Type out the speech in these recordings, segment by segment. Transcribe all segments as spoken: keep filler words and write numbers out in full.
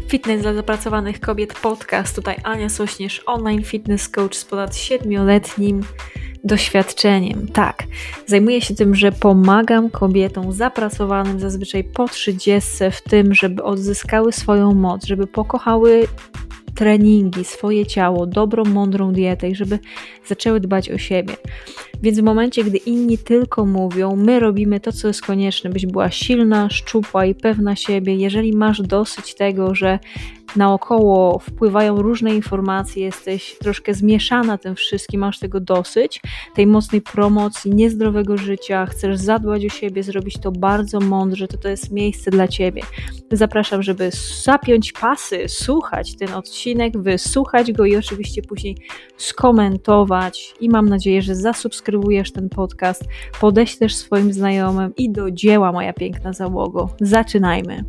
Fitness dla zapracowanych kobiet podcast. Tutaj Ania Sośnierz, online fitness coach z ponad siedmioletnim doświadczeniem. Tak, zajmuję się tym, że pomagam kobietom zapracowanym zazwyczaj po trzydziestce w tym, żeby odzyskały swoją moc, żeby pokochały treningi, swoje ciało, dobrą, mądrą dietę i żeby zaczęły dbać o siebie. Więc w momencie, gdy inni tylko mówią, my robimy to, co jest konieczne, byś była silna, szczupła i pewna siebie. Jeżeli masz dosyć tego, że naokoło wpływają różne informacje, jesteś troszkę zmieszana tym wszystkim, masz tego dosyć, tej mocnej promocji, niezdrowego życia, chcesz zadbać o siebie, zrobić to bardzo mądrze, to to jest miejsce dla Ciebie. Zapraszam, żeby zapiąć pasy, słuchać ten odcinek, wysłuchać go i oczywiście później skomentować i mam nadzieję, że zasubskrybujesz ten podcast, podeślesz swoim znajomym i do dzieła, moja piękna załogo. Zaczynajmy.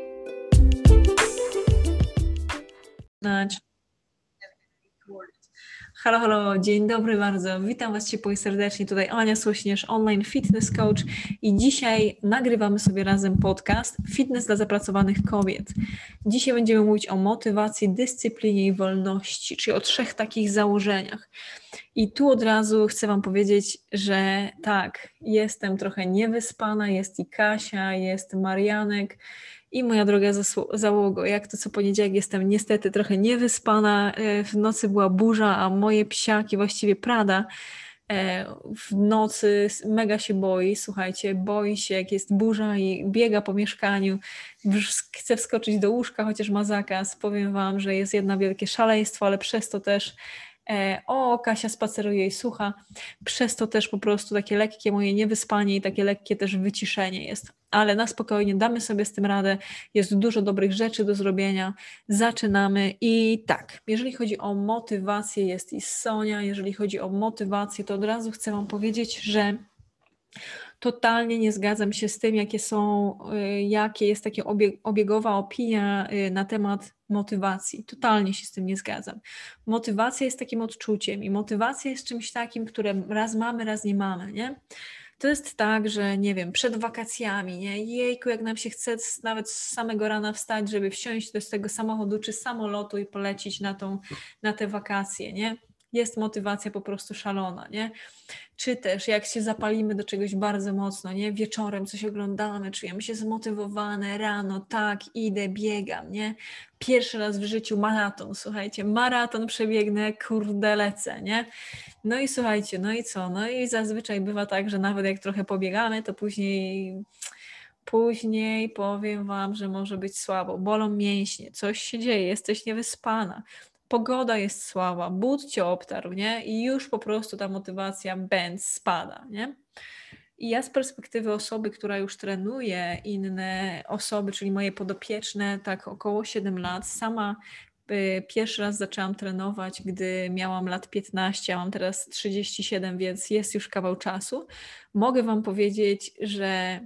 Halo, halo, dzień dobry bardzo. Witam Was ciepło i serdecznie. Tutaj Ania Sośnierz, online fitness coach i dzisiaj nagrywamy sobie razem podcast Fitness dla zapracowanych kobiet. Dzisiaj będziemy mówić o motywacji, dyscyplinie i wolności, czyli o trzech takich założeniach. I tu od razu chcę Wam powiedzieć, że tak, jestem trochę niewyspana, jest i Kasia, jest Marianek, i moja droga załogo, jak to co poniedziałek jestem niestety trochę niewyspana, w nocy była burza, a moje psiaki, właściwie Prada, w nocy mega się boi, słuchajcie, boi się jak jest burza i biega po mieszkaniu, chce wskoczyć do łóżka, chociaż ma zakaz. Powiem Wam, że jest jedno wielkie szaleństwo, ale przez to też o, Kasia spaceruje i słucha, przez to też po prostu takie lekkie moje niewyspanie i takie lekkie też wyciszenie jest, ale na spokojnie damy sobie z tym radę, jest dużo dobrych rzeczy do zrobienia, zaczynamy i tak, jeżeli chodzi o motywację, jest i Sonia, jeżeli chodzi o motywację, to od razu chcę Wam powiedzieć, że totalnie nie zgadzam się z tym, jakie są, jakie jest taka obiegowa opinia na temat motywacji. Totalnie się z tym nie zgadzam. Motywacja jest takim odczuciem i motywacja jest czymś takim, które raz mamy, raz nie mamy, nie? To jest tak, że nie wiem, przed wakacjami, nie? Jejku, jak nam się chce nawet z samego rana wstać, żeby wsiąść do tego samochodu czy samolotu i polecić na, tą, na te wakacje, nie? Jest motywacja po prostu szalona, nie? Czy też jak się zapalimy do czegoś bardzo mocno, nie? Wieczorem coś oglądamy, czujemy się zmotywowane, rano, tak, idę, biegam, nie? Pierwszy raz w życiu maraton, słuchajcie, maraton przebiegnę, kurde, lecę, nie? No i słuchajcie, no i co? No i zazwyczaj bywa tak, że nawet jak trochę pobiegamy, to później... Później powiem Wam, że może być słabo, bolą mięśnie, coś się dzieje, jesteś niewyspana. Pogoda jest słaba, but Cię obtarł, nie? I już po prostu ta motywacja bęc spada, nie? I ja z perspektywy osoby, która już trenuje inne osoby, czyli moje podopieczne, tak około siedem lat, sama y, pierwszy raz zaczęłam trenować, gdy miałam lat piętnaście, a mam teraz trzydzieści siedem, więc jest już kawał czasu. Mogę Wam powiedzieć, że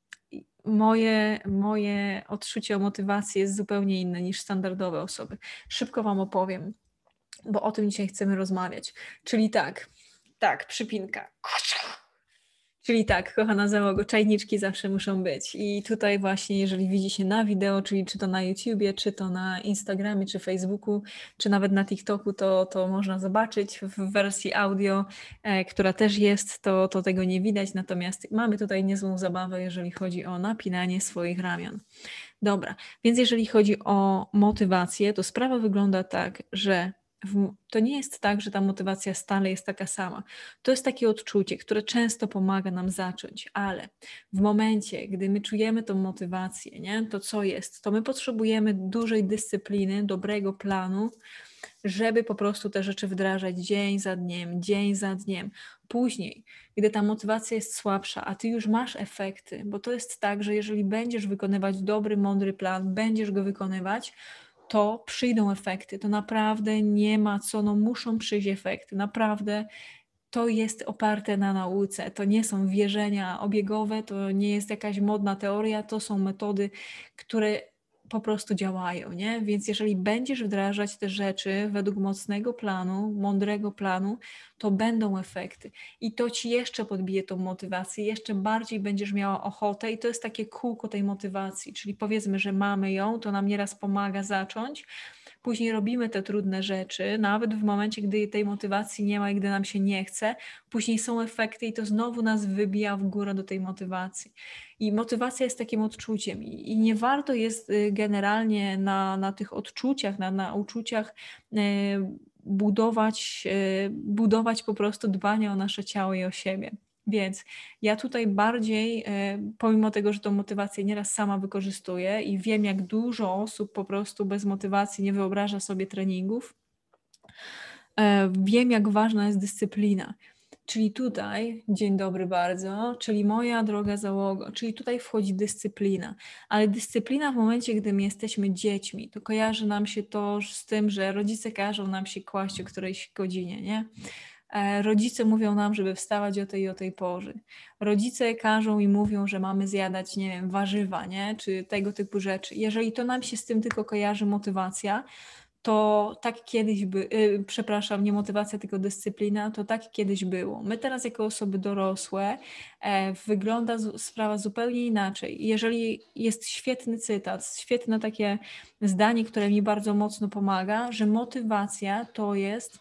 Moje, moje odczucie o motywacji jest zupełnie inne niż standardowe osoby. Szybko Wam opowiem, bo o tym dzisiaj chcemy rozmawiać. Czyli tak, tak, przypinka. Czyli tak, kochana załogo, czajniczki zawsze muszą być. I tutaj właśnie, jeżeli widzi się na wideo, czyli czy to na YouTubie, czy to na Instagramie, czy Facebooku, czy nawet na TikToku, to, to można zobaczyć w wersji audio, e, która też jest, to, to tego nie widać. Natomiast mamy tutaj niezłą zabawę, jeżeli chodzi o napinanie swoich ramion. Dobra, więc jeżeli chodzi o motywację, to sprawa wygląda tak, że w, to nie jest tak, że ta motywacja stale jest taka sama. To jest takie odczucie, które często pomaga nam zacząć, ale w momencie, gdy my czujemy tą motywację, nie, to co jest? To my potrzebujemy dużej dyscypliny, dobrego planu, żeby po prostu te rzeczy wdrażać dzień za dniem, dzień za dniem. Później, gdy ta motywacja jest słabsza, a Ty już masz efekty, bo to jest tak, że jeżeli będziesz wykonywać dobry, mądry plan, będziesz go wykonywać, to przyjdą efekty. To naprawdę nie ma co, no muszą przyjść efekty. Naprawdę to jest oparte na nauce. To nie są wierzenia obiegowe, to nie jest jakaś modna teoria, to są metody, które po prostu działają, nie? Więc jeżeli będziesz wdrażać te rzeczy według mocnego planu, mądrego planu, to będą efekty. I to ci jeszcze podbije tą motywację, jeszcze bardziej będziesz miała ochotę i to jest takie kółko tej motywacji, czyli powiedzmy, że mamy ją, to nam nieraz pomaga zacząć, później robimy te trudne rzeczy, nawet w momencie, gdy tej motywacji nie ma i gdy nam się nie chce, później są efekty i to znowu nas wybija w górę do tej motywacji. I motywacja jest takim odczuciem i, i nie warto jest y, generalnie na, na tych odczuciach, na, na uczuciach y, budować, y, budować po prostu dbanie o nasze ciało i o siebie. Więc ja tutaj bardziej, pomimo tego, że tą motywację nieraz sama wykorzystuję i wiem, jak dużo osób po prostu bez motywacji nie wyobraża sobie treningów, wiem, jak ważna jest dyscyplina. Czyli tutaj, dzień dobry bardzo, czyli moja droga załoga, czyli tutaj wchodzi dyscyplina. Ale dyscyplina w momencie, gdy my jesteśmy dziećmi, to kojarzy nam się to z tym, że rodzice każą nam się kłaść o którejś godzinie, nie? Rodzice mówią nam, żeby wstawać o tej i o tej porze. Rodzice każą i mówią, że mamy zjadać, nie wiem, warzywa, nie? Czy tego typu rzeczy. Jeżeli to nam się z tym tylko kojarzy motywacja, to tak kiedyś by, yy, przepraszam, nie motywacja, tylko dyscyplina, to tak kiedyś było. My teraz jako osoby dorosłe e, wygląda z, sprawa zupełnie inaczej. Jeżeli jest świetny cytat, świetne takie zdanie, które mi bardzo mocno pomaga, że motywacja to jest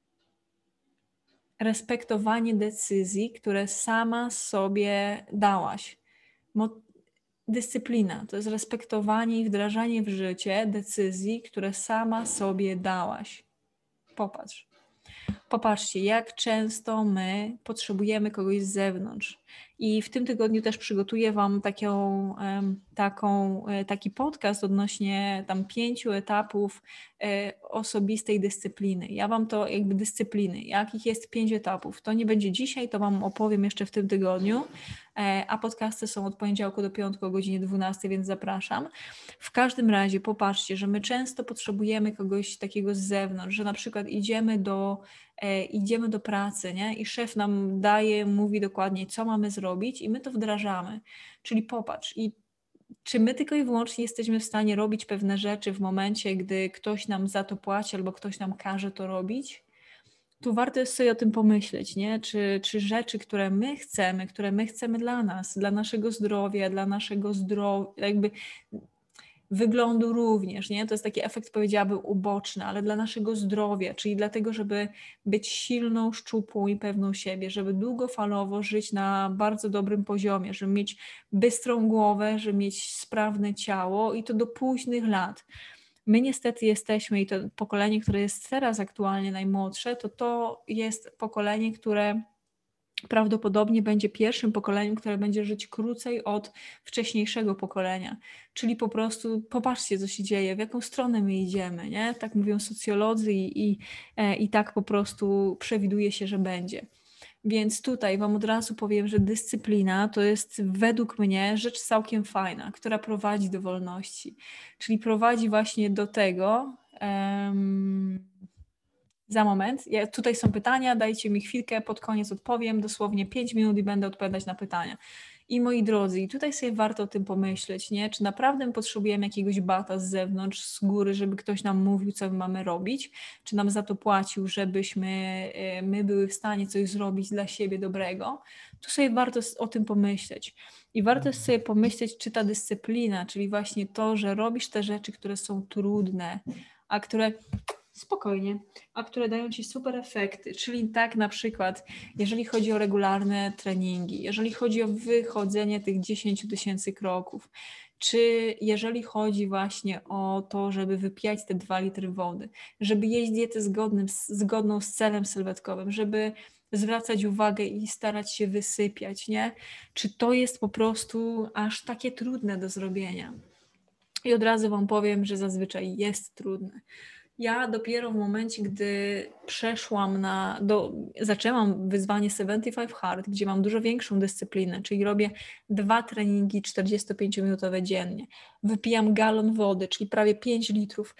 respektowanie decyzji, które sama sobie dałaś. Mo- Dyscyplina to jest respektowanie i wdrażanie w życie decyzji, które sama sobie dałaś. Popatrz. Popatrzcie, jak często my potrzebujemy kogoś z zewnątrz. I w tym tygodniu też przygotuję Wam taką, taką, taki podcast odnośnie tam pięciu etapów osobistej dyscypliny. Ja Wam to jakby dyscypliny, jakich jest pięć etapów. To nie będzie dzisiaj, to Wam opowiem jeszcze w tym tygodniu, a podcasty są od poniedziałku do piątku o godzinie dwunastej, więc zapraszam. W każdym razie popatrzcie, że my często potrzebujemy kogoś takiego z zewnątrz, że na przykład idziemy do E, idziemy do pracy, nie? I szef nam daje, mówi dokładnie, co mamy zrobić i my to wdrażamy. Czyli popatrz, i czy my tylko i wyłącznie jesteśmy w stanie robić pewne rzeczy w momencie, gdy ktoś nam za to płaci albo ktoś nam każe to robić? Tu warto jest sobie o tym pomyśleć, nie? Czy, czy rzeczy, które my chcemy, które my chcemy dla nas, dla naszego zdrowia, dla naszego zdrowia, jakby wyglądu również, nie? To jest taki efekt, powiedziałabym, uboczny, ale dla naszego zdrowia, czyli dlatego, żeby być silną, szczupłą i pewną siebie, żeby długofalowo żyć na bardzo dobrym poziomie, żeby mieć bystrą głowę, żeby mieć sprawne ciało i to do późnych lat. My niestety jesteśmy, i to pokolenie, które jest teraz aktualnie najmłodsze, to to jest pokolenie, które prawdopodobnie będzie pierwszym pokoleniem, które będzie żyć krócej od wcześniejszego pokolenia. Czyli po prostu popatrzcie, co się dzieje, w jaką stronę my idziemy, nie? Tak mówią socjolodzy i, i, i tak po prostu przewiduje się, że będzie. Więc tutaj Wam od razu powiem, że dyscyplina to jest według mnie rzecz całkiem fajna, która prowadzi do wolności. Czyli prowadzi właśnie do tego... Um, Za moment. Ja, tutaj są pytania, dajcie mi chwilkę, pod koniec odpowiem, dosłownie pięć minut i będę odpowiadać na pytania. I moi drodzy, i tutaj sobie warto o tym pomyśleć, nie? Czy naprawdę potrzebujemy jakiegoś bata z zewnątrz, z góry, żeby ktoś nam mówił, co my mamy robić, czy nam za to płacił, żebyśmy my były w stanie coś zrobić dla siebie dobrego. Tu sobie warto o tym pomyśleć. I warto jest sobie pomyśleć, czy ta dyscyplina, czyli właśnie to, że robisz te rzeczy, które są trudne, a które... Spokojnie, a które dają Ci super efekty, czyli tak na przykład, jeżeli chodzi o regularne treningi, jeżeli chodzi o wychodzenie tych dziesięć tysięcy kroków, czy jeżeli chodzi właśnie o to, żeby wypijać te dwa litry wody, żeby jeść dietę zgodnym, zgodną z celem sylwetkowym, żeby zwracać uwagę i starać się wysypiać, nie? Czy to jest po prostu aż takie trudne do zrobienia? I od razu Wam powiem, że zazwyczaj jest trudne. Ja dopiero w momencie, gdy przeszłam na, do, zaczęłam wyzwanie siedemdziesiąt pięć Hard, gdzie mam dużo większą dyscyplinę, czyli robię dwa treningi czterdziestopięciominutowe dziennie. Wypijam galon wody, czyli prawie pięć litrów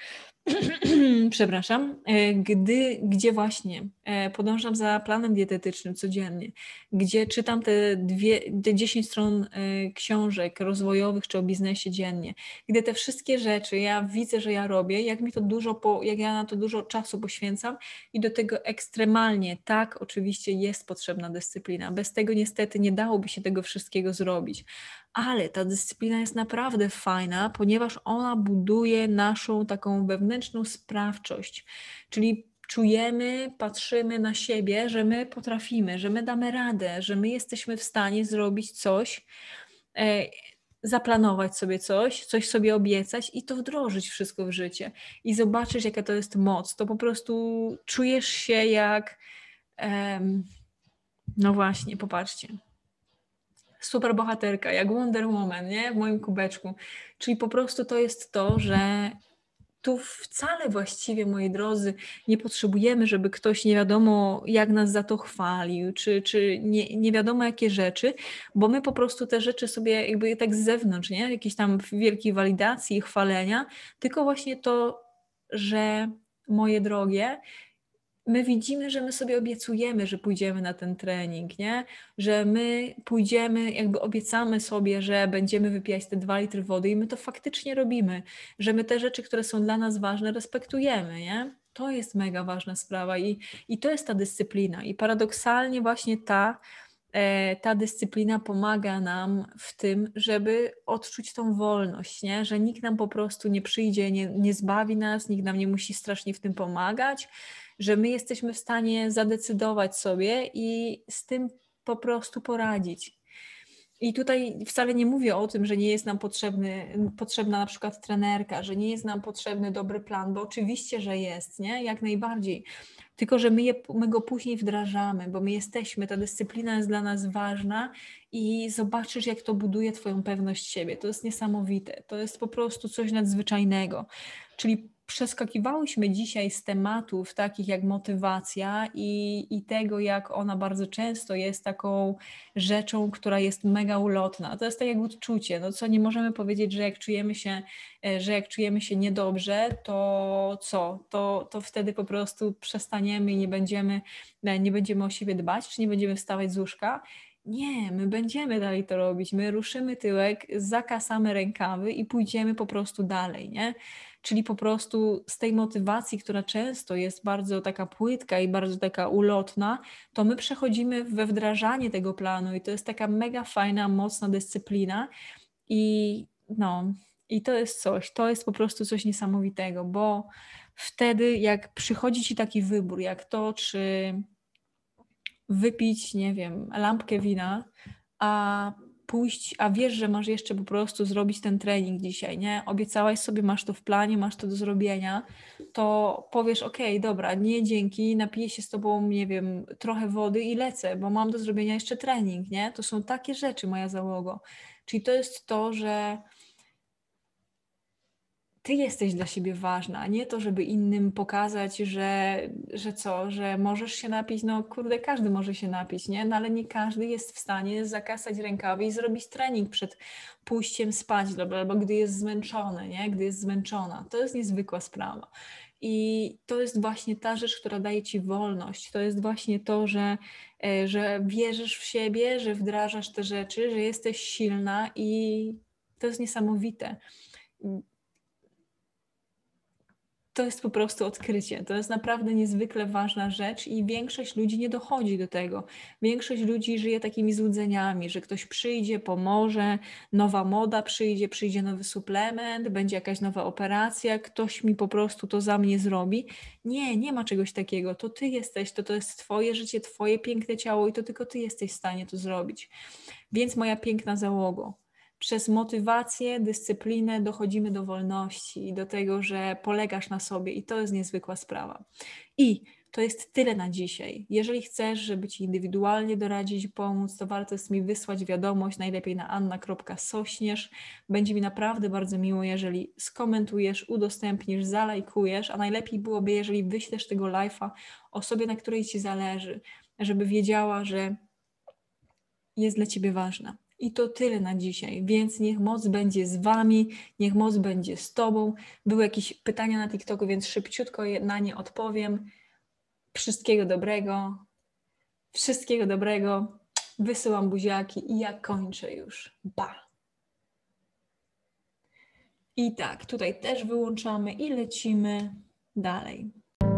przepraszam, e, gdy, gdzie właśnie e, podążam za planem dietetycznym codziennie, gdzie czytam te, dwie, te dziesięć stron e, książek rozwojowych czy o biznesie dziennie, gdy te wszystkie rzeczy ja widzę, że ja robię, jak mi to dużo, po, jak ja na to dużo czasu poświęcam i do tego ekstremalnie, tak, oczywiście jest potrzebna dyscyplina. Bez tego niestety nie dałoby się tego wszystkiego zrobić. Ale ta dyscyplina jest naprawdę fajna, ponieważ ona buduje naszą taką wewnętrzną sprawczość, czyli czujemy, patrzymy na siebie, że my potrafimy, że my damy radę, że my jesteśmy w stanie zrobić coś, e, zaplanować sobie coś, coś sobie obiecać i to wdrożyć wszystko w życie i zobaczyć, jaka to jest moc. To po prostu czujesz się jak, em, no właśnie, popatrzcie, super bohaterka, jak Wonder Woman, nie? W moim kubeczku. Czyli po prostu to jest to, że tu wcale właściwie, moi drodzy, nie potrzebujemy, żeby ktoś nie wiadomo jak nas za to chwalił, czy, czy nie, nie wiadomo jakie rzeczy, bo my po prostu te rzeczy sobie jakby tak z zewnątrz, nie? Jakiejś tam wielkiej walidacji i chwalenia, tylko właśnie to, że moje drogie, my widzimy, że my sobie obiecujemy, że pójdziemy na ten trening, nie? Że my pójdziemy, jakby obiecamy sobie, że będziemy wypijać te dwa litry wody i my to faktycznie robimy, że my te rzeczy, które są dla nas ważne, respektujemy, nie? To jest mega ważna sprawa i, i to jest ta dyscyplina i paradoksalnie właśnie ta, e, ta dyscyplina pomaga nam w tym, żeby odczuć tą wolność, nie? Że nikt nam po prostu nie przyjdzie, nie, nie zbawi nas, nikt nam nie musi strasznie w tym pomagać, że my jesteśmy w stanie zadecydować sobie i z tym po prostu poradzić. I tutaj wcale nie mówię o tym, że nie jest nam potrzebny, potrzebna na przykład trenerka, że nie jest nam potrzebny dobry plan, bo oczywiście, że jest, nie? Jak najbardziej. Tylko, że my, je, my go później wdrażamy, bo my jesteśmy, ta dyscyplina jest dla nas ważna i zobaczysz, jak to buduje twoją pewność siebie. To jest niesamowite. To jest po prostu coś nadzwyczajnego. Czyli przeskakiwałyśmy dzisiaj z tematów takich jak motywacja i, i tego, jak ona bardzo często jest taką rzeczą, która jest mega ulotna. To jest tak jak odczucie, no co nie możemy powiedzieć, że jak czujemy się, że jak czujemy się niedobrze, to co? To, to wtedy po prostu przestaniemy i nie będziemy, nie będziemy o siebie dbać, czy nie będziemy wstawać z łóżka. Nie, my będziemy dalej to robić. My ruszymy tyłek, zakasamy rękawy i pójdziemy po prostu dalej, nie? Czyli po prostu z tej motywacji, która często jest bardzo taka płytka i bardzo taka ulotna, to my przechodzimy we wdrażanie tego planu i to jest taka mega fajna, mocna dyscyplina i no, i to jest coś, to jest po prostu coś niesamowitego, bo wtedy jak przychodzi ci taki wybór, jak to, czy wypić, nie wiem, lampkę wina, a pójść, a wiesz, że masz jeszcze po prostu zrobić ten trening dzisiaj, nie? Obiecałaś sobie, masz to w planie, masz to do zrobienia, to powiesz, okej, dobra, nie, dzięki, napiję się z tobą, nie wiem, trochę wody i lecę, bo mam do zrobienia jeszcze trening, nie? To są takie rzeczy, moja załogo. Czyli to jest to, że ty jesteś dla siebie ważna, a nie to, żeby innym pokazać, że, że co, że możesz się napić, no kurde, każdy może się napić, nie? No ale nie każdy jest w stanie zakasać rękawy i zrobić trening przed pójściem spać, albo gdy jest zmęczony, nie? Gdy jest zmęczona. To jest niezwykła sprawa. I to jest właśnie ta rzecz, która daje ci wolność. To jest właśnie to, że, e, że wierzysz w siebie, że wdrażasz te rzeczy, że jesteś silna i to jest niesamowite. To jest po prostu odkrycie. To jest naprawdę niezwykle ważna rzecz i większość ludzi nie dochodzi do tego. Większość ludzi żyje takimi złudzeniami, że ktoś przyjdzie, pomoże, nowa moda przyjdzie, przyjdzie nowy suplement, będzie jakaś nowa operacja, ktoś mi po prostu to za mnie zrobi. Nie, nie ma czegoś takiego. To ty jesteś, to to jest twoje życie, twoje piękne ciało i to tylko ty jesteś w stanie to zrobić. Więc moja piękna załogo, przez motywację, dyscyplinę dochodzimy do wolności i do tego, że polegasz na sobie i to jest niezwykła sprawa. I to jest tyle na dzisiaj. Jeżeli chcesz, żeby ci indywidualnie doradzić i pomóc, to warto jest mi wysłać wiadomość, najlepiej na anna kropka sośnierz. Będzie mi naprawdę bardzo miło, jeżeli skomentujesz, udostępnisz, zalajkujesz, a najlepiej byłoby, jeżeli wyślesz tego live'a osobie, na której ci zależy, żeby wiedziała, że jest dla ciebie ważna. I to tyle na dzisiaj, więc niech moc będzie z Wami, niech moc będzie z Tobą. Były jakieś pytania na TikToku, więc szybciutko na nie odpowiem. Wszystkiego dobrego, wszystkiego dobrego. Wysyłam buziaki i ja kończę już. Ba! I tak, tutaj też wyłączamy i lecimy dalej.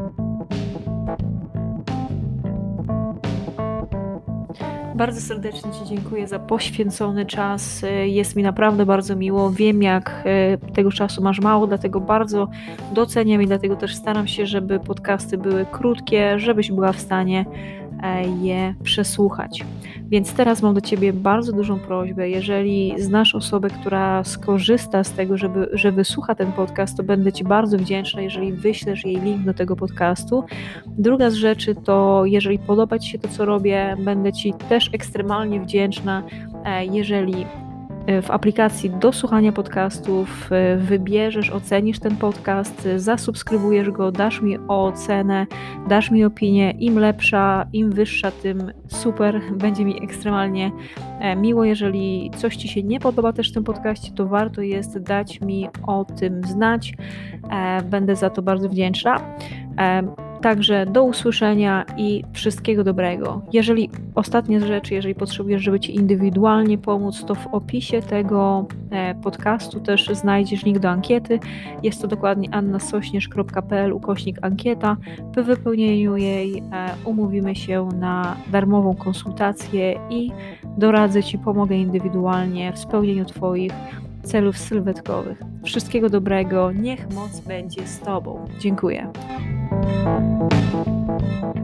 Bardzo serdecznie Ci dziękuję za poświęcony czas. Jest mi naprawdę bardzo miło. Wiem, jak tego czasu masz mało, dlatego bardzo doceniam i dlatego też staram się, żeby podcasty były krótkie, żebyś była w stanie je przesłuchać. Więc teraz mam do Ciebie bardzo dużą prośbę. Jeżeli znasz osobę, która skorzysta z tego, żeby, że wysłucha ten podcast, to będę Ci bardzo wdzięczna, jeżeli wyślesz jej link do tego podcastu. Druga z rzeczy to, jeżeli podoba Ci się to, co robię, będę Ci też ekstremalnie wdzięczna, jeżeli w aplikacji do słuchania podcastów wybierzesz, ocenisz ten podcast, zasubskrybujesz go, dasz mi ocenę, dasz mi opinię. Im lepsza, im wyższa, tym super. Będzie mi ekstremalnie miło. Jeżeli coś Ci się nie podoba też w tym podcaście, to warto jest dać mi o tym znać. Będę za to bardzo wdzięczna. Także do usłyszenia i wszystkiego dobrego. Jeżeli ostatnie rzeczy, jeżeli potrzebujesz, żeby Ci indywidualnie pomóc, to w opisie tego podcastu też znajdziesz link do ankiety. Jest to dokładnie annasośnierz kropka p l ukośnik ankieta. Po wypełnieniu jej umówimy się na darmową konsultację i doradzę Ci, pomogę indywidualnie w spełnieniu Twoich celów sylwetkowych. Wszystkiego dobrego, niech moc będzie z Tobą. Dziękuję. Thank you.